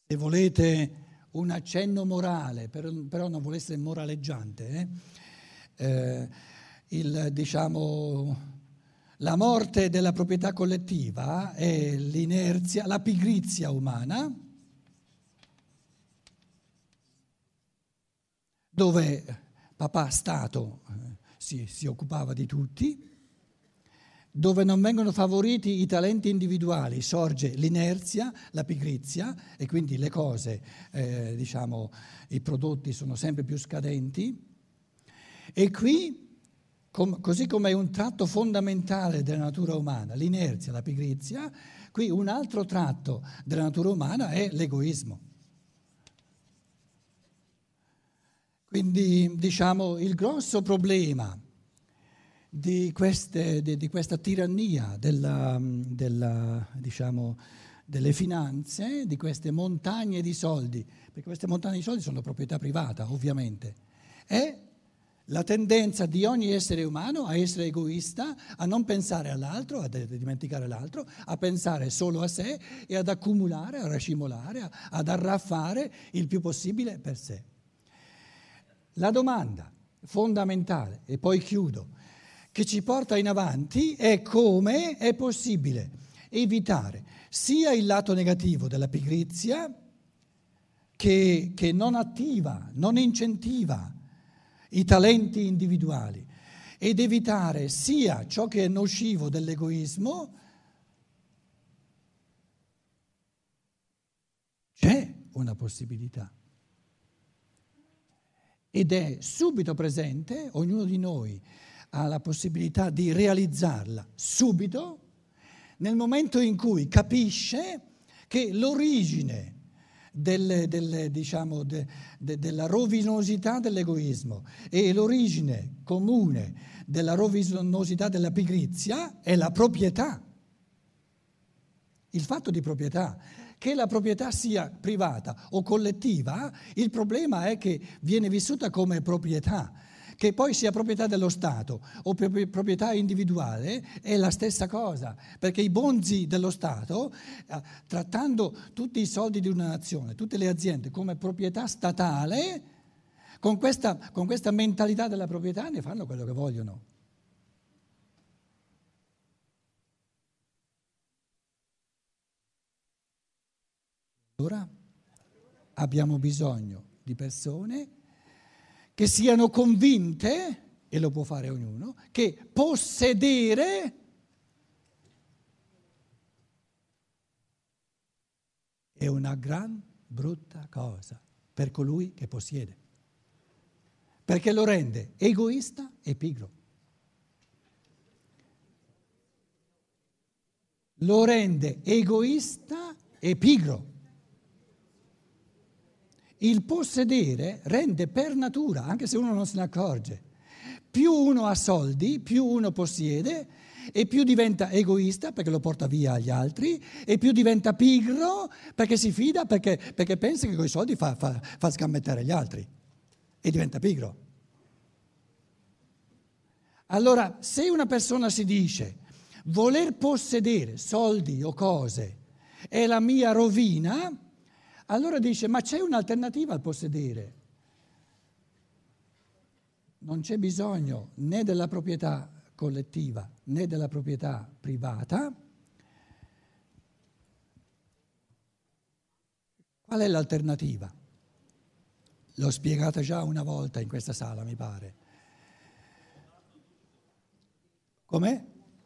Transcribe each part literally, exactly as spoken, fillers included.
Se volete un accenno morale, però non vuole essere moraleggiante, eh? Eh, il, diciamo, la morte della proprietà collettiva è l'inerzia, la pigrizia umana, dove papà Stato eh, si, si occupava di tutti, dove non vengono favoriti i talenti individuali, sorge l'inerzia, la pigrizia e quindi le cose, eh, diciamo, i prodotti sono sempre più scadenti. E qui, com- così come è un tratto fondamentale della natura umana, l'inerzia, la pigrizia, qui un altro tratto della natura umana è l'egoismo. Quindi, diciamo, il grosso problema Di, queste, di, di questa tirannia della, della, diciamo, delle finanze, di queste montagne di soldi, perché queste montagne di soldi sono proprietà privata, ovviamente, è la tendenza di ogni essere umano a essere egoista, a non pensare all'altro, a dimenticare l'altro, a pensare solo a sé e ad accumulare, a racimolare, a, ad arraffare il più possibile per sé. La domanda fondamentale, e poi chiudo, che ci porta in avanti è come è possibile evitare sia il lato negativo della pigrizia che, che non attiva, non incentiva i talenti individuali ed evitare sia ciò che è nocivo dell'egoismo. C'è una possibilità ed è subito presente, ognuno di noi ha la possibilità di realizzarla subito nel momento in cui capisce che l'origine del, del, diciamo, de, de, della rovinosità dell'egoismo e l'origine comune della rovinosità della pigrizia è la proprietà, il fatto di proprietà. Che la proprietà sia privata o collettiva, il problema è che viene vissuta come proprietà. Che poi sia proprietà dello Stato o proprietà individuale è la stessa cosa, perché i bonzi dello Stato, eh, trattando tutti i soldi di una nazione, tutte le aziende come proprietà statale, con questa, con questa mentalità della proprietà ne fanno quello che vogliono. Allora abbiamo bisogno di persone che siano convinte, e lo può fare ognuno, che possedere è una gran brutta cosa per colui che possiede, perché lo rende egoista e pigro. Lo rende egoista e pigro. Il possedere rende per natura, anche se uno non se ne accorge. Più uno ha soldi, più uno possiede e più diventa egoista perché lo porta via agli altri e più diventa pigro perché si fida, perché, perché pensa che con i soldi fa, fa, fa scammettare gli altri e diventa pigro. Allora, se una persona si dice voler possedere soldi o cose è la mia rovina, allora dice, ma c'è un'alternativa al possedere. Non c'è bisogno né della proprietà collettiva né della proprietà privata. Qual è l'alternativa? L'ho spiegata già una volta in questa sala, mi pare. Com'è?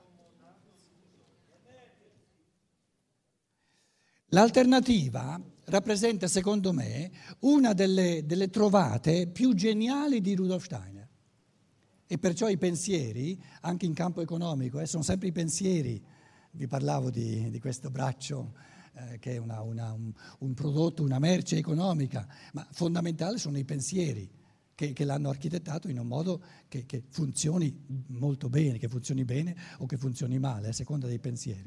L'alternativa rappresenta, secondo me, una delle, delle trovate più geniali di Rudolf Steiner. E perciò i pensieri, anche in campo economico, eh, sono sempre i pensieri. Vi parlavo di, di questo braccio eh, che è una, una, un, un prodotto, una merce economica, ma fondamentale sono i pensieri che, che l'hanno architettato in un modo che, che funzioni molto bene, che funzioni bene o che funzioni male, a seconda dei pensieri.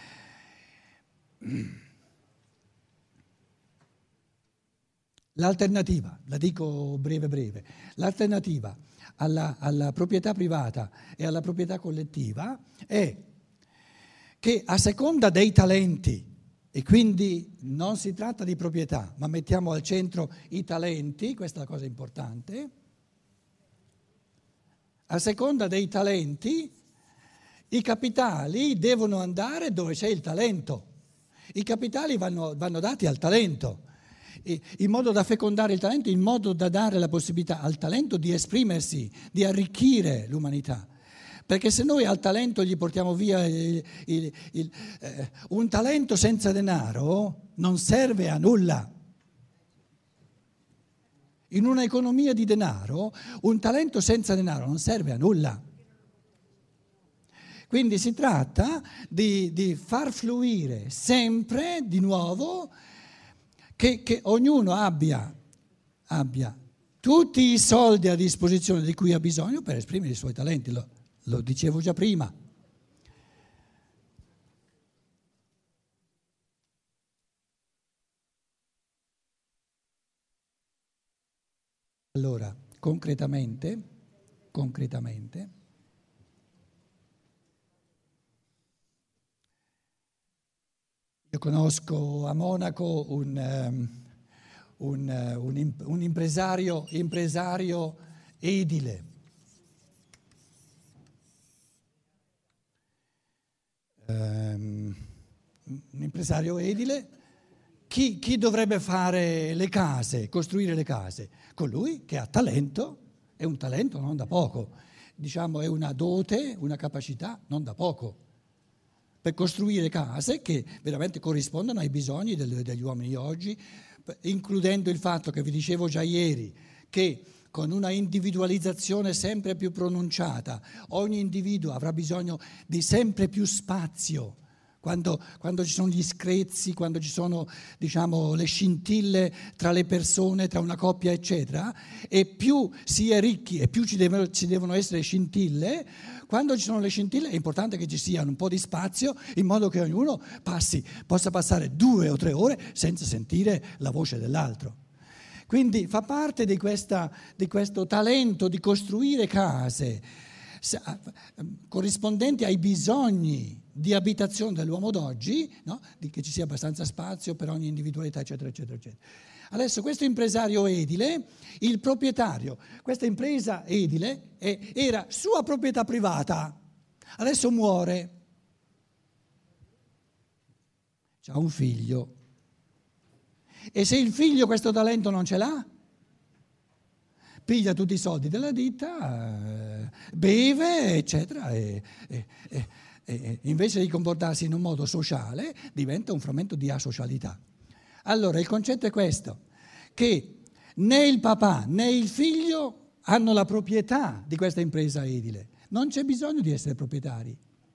L'alternativa, la dico breve breve, l'alternativa alla, alla proprietà privata e alla proprietà collettiva è che a seconda dei talenti E quindi non si tratta di proprietà, ma mettiamo al centro i talenti, questa è la cosa importante. A seconda dei talenti, i capitali devono andare dove c'è il talento. I capitali vanno, vanno dati al talento, in modo da fecondare il talento, in modo da dare la possibilità al talento di esprimersi, di arricchire l'umanità. Perché se noi al talento gli portiamo via il, il, il, eh, un talento senza denaro non serve a nulla. In un'economia di denaro, un talento senza denaro non serve a nulla. Quindi si tratta di, di far fluire sempre di nuovo che, che ognuno abbia, abbia tutti i soldi a disposizione di cui ha bisogno per esprimere i suoi talenti. Lo, lo dicevo già prima. Allora, concretamente, concretamente, io conosco a Monaco un, um, un, uh, un, un impresario, impresario edile. Um, un impresario edile. Chi, chi dovrebbe fare le case, costruire le case? Colui che ha talento, è un talento non da poco, diciamo è una dote, una capacità non da poco, per costruire case che veramente corrispondono ai bisogni del, degli uomini oggi, includendo il fatto che vi dicevo già ieri, che con una individualizzazione sempre più pronunciata, ogni individuo avrà bisogno di sempre più spazio. Quando, quando ci sono gli screzi, quando ci sono, diciamo, le scintille tra le persone, tra una coppia, eccetera, e più si è ricchi e più ci devono, ci devono essere scintille, quando ci sono le scintille è importante che ci sia un po' di spazio in modo che ognuno passi, possa passare due o tre ore senza sentire la voce dell'altro. Quindi fa parte di, questa, di questo talento di costruire case corrispondenti ai bisogni di abitazione dell'uomo d'oggi, no? Di che ci sia abbastanza spazio per ogni individualità, eccetera, eccetera, eccetera. Adesso questo impresario edile, il proprietario, questa impresa edile è, era sua proprietà privata, adesso muore, c'ha un figlio, e se il figlio questo talento non ce l'ha, piglia tutti i soldi della ditta, beve, eccetera, e, e, e, e invece di comportarsi in un modo sociale diventa un frammento di asocialità. Allora il concetto è questo, che né il papà né il figlio hanno la proprietà di questa impresa edile, non c'è bisogno di essere proprietari.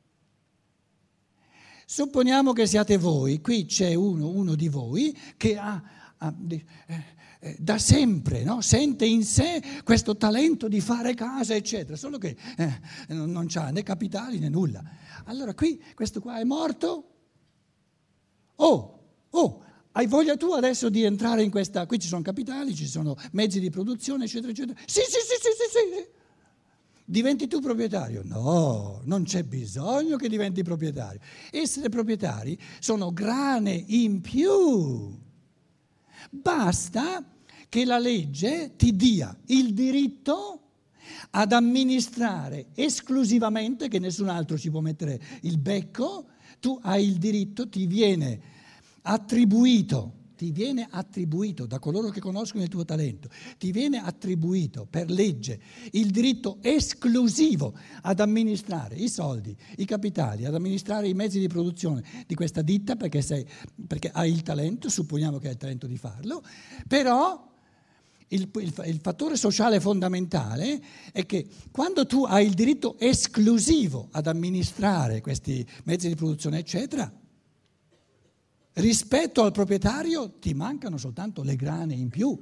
Supponiamo che siate voi, qui c'è uno, uno di voi che ha, ha eh, da sempre, no? Sente in sé questo talento di fare case, eccetera, solo che eh, non, non c'ha né capitali né nulla. Allora qui questo qua è morto. Oh, oh, hai voglia tu adesso di entrare in questa, qui ci sono capitali, ci sono mezzi di produzione, eccetera, eccetera. Sì, sì, sì, sì, sì, sì. Diventi tu proprietario? No, non c'è bisogno che diventi proprietario. Essere proprietari sono grane in più. Basta che la legge ti dia il diritto ad amministrare esclusivamente, che nessun altro ci può mettere il becco, tu hai il diritto, ti viene attribuito. Ti viene attribuito da coloro che conoscono il tuo talento, ti viene attribuito per legge il diritto esclusivo ad amministrare i soldi, i capitali, ad amministrare i mezzi di produzione di questa ditta perché, sei, perché hai il talento, supponiamo che hai il talento di farlo, però il, il, il fattore sociale fondamentale è che quando tu hai il diritto esclusivo ad amministrare questi mezzi di produzione, eccetera, rispetto al proprietario ti mancano soltanto le grane in più,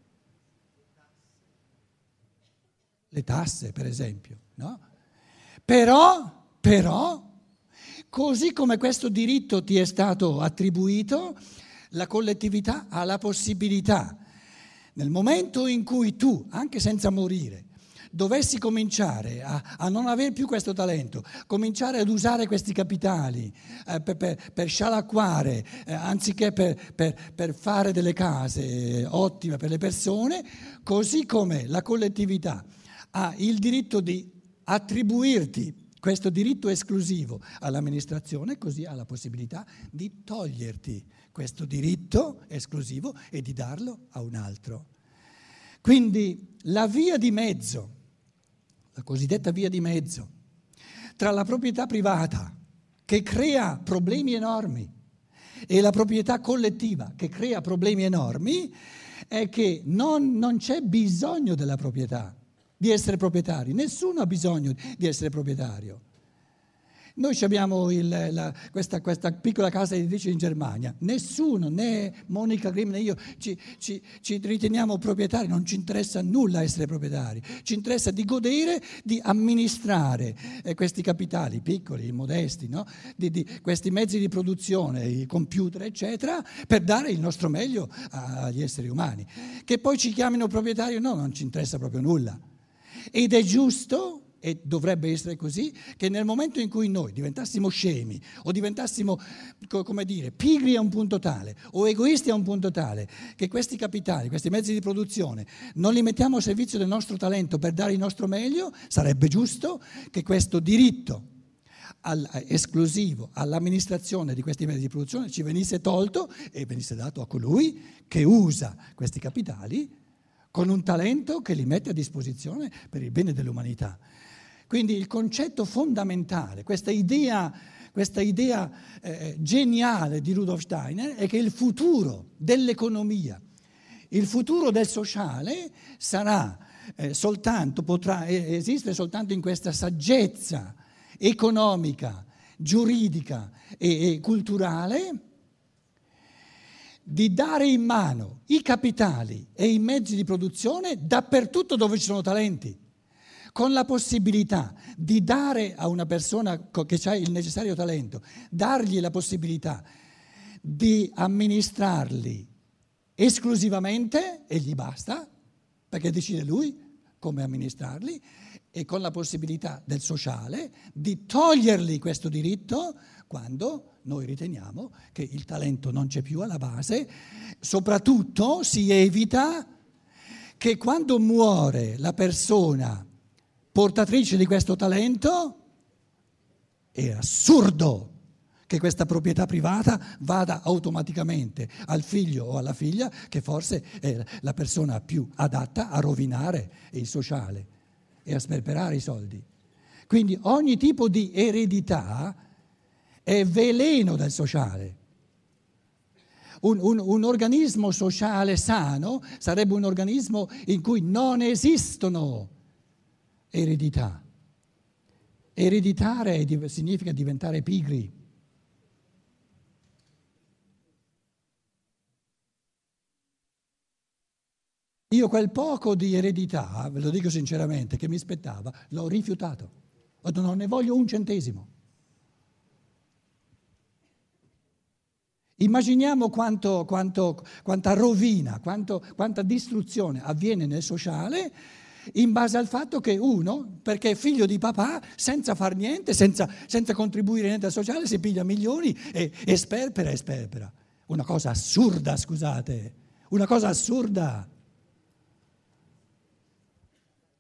le tasse per esempio, no? Però, però, così come questo diritto ti è stato attribuito, la collettività ha la possibilità, nel momento in cui tu, anche senza morire, dovessi cominciare a, a non avere più questo talento, cominciare ad usare questi capitali eh, per, per, per scialacquare, eh, anziché per, per, per fare delle case ottime per le persone, così come la collettività ha il diritto di attribuirti questo diritto esclusivo all'amministrazione, così ha la possibilità di toglierti questo diritto esclusivo e di darlo a un altro. Quindi la via di mezzo, la cosiddetta via di mezzo, tra la proprietà privata, che crea problemi enormi, e la proprietà collettiva, che crea problemi enormi, è che non, non c'è bisogno della proprietà, di essere proprietari. Nessuno ha bisogno di essere proprietario. Noi abbiamo il, la, questa, questa piccola casa editrice in Germania. Nessuno, né Monica Grimm né io, ci, ci, ci riteniamo proprietari. Non ci interessa nulla essere proprietari. Ci interessa di godere, di amministrare eh, questi capitali piccoli, modesti, no? di, di questi mezzi di produzione, i computer, eccetera, per dare il nostro meglio agli esseri umani. Che poi ci chiamino proprietari, no, non ci interessa proprio nulla. Ed è giusto, e dovrebbe essere così, che nel momento in cui noi diventassimo scemi o diventassimo, come dire, pigri a un punto tale o egoisti a un punto tale, che questi capitali, questi mezzi di produzione non li mettiamo a servizio del nostro talento per dare il nostro meglio, sarebbe giusto che questo diritto al, esclusivo all'amministrazione di questi mezzi di produzione ci venisse tolto e venisse dato a colui che usa questi capitali con un talento che li mette a disposizione per il bene dell'umanità. Quindi il concetto fondamentale, questa idea, questa idea eh, geniale di Rudolf Steiner è che il futuro dell'economia, il futuro del sociale sarà eh, soltanto, potrà eh, esistere soltanto in questa saggezza economica, giuridica e, e culturale, di dare in mano i capitali e i mezzi di produzione dappertutto dove ci sono talenti, con la possibilità di dare a una persona che ha il necessario talento, dargli la possibilità di amministrarli esclusivamente, e gli basta, perché decide lui come amministrarli, e con la possibilità del sociale di togliergli questo diritto quando noi riteniamo che il talento non c'è più alla base. Soprattutto si evita che quando muore la persona portatrice di questo talento, è assurdo che questa proprietà privata vada automaticamente al figlio o alla figlia, che forse è la persona più adatta a rovinare il sociale e a sperperare i soldi. Quindi ogni tipo di eredità è veleno del sociale. Un, un, un organismo sociale sano sarebbe un organismo in cui non esistono eredità. Ereditare significa diventare pigri. Io quel poco di eredità, ve lo dico sinceramente, che mi spettava, l'ho rifiutato. Ho detto, non ne voglio un centesimo. Immaginiamo quanto, quanto, quanta rovina, quanto, quanta distruzione avviene nel sociale in base al fatto che uno, perché è figlio di papà, senza far niente, senza, senza contribuire niente al sociale, si piglia milioni e, e sperpera e sperpera. Una cosa assurda, scusate, una cosa assurda.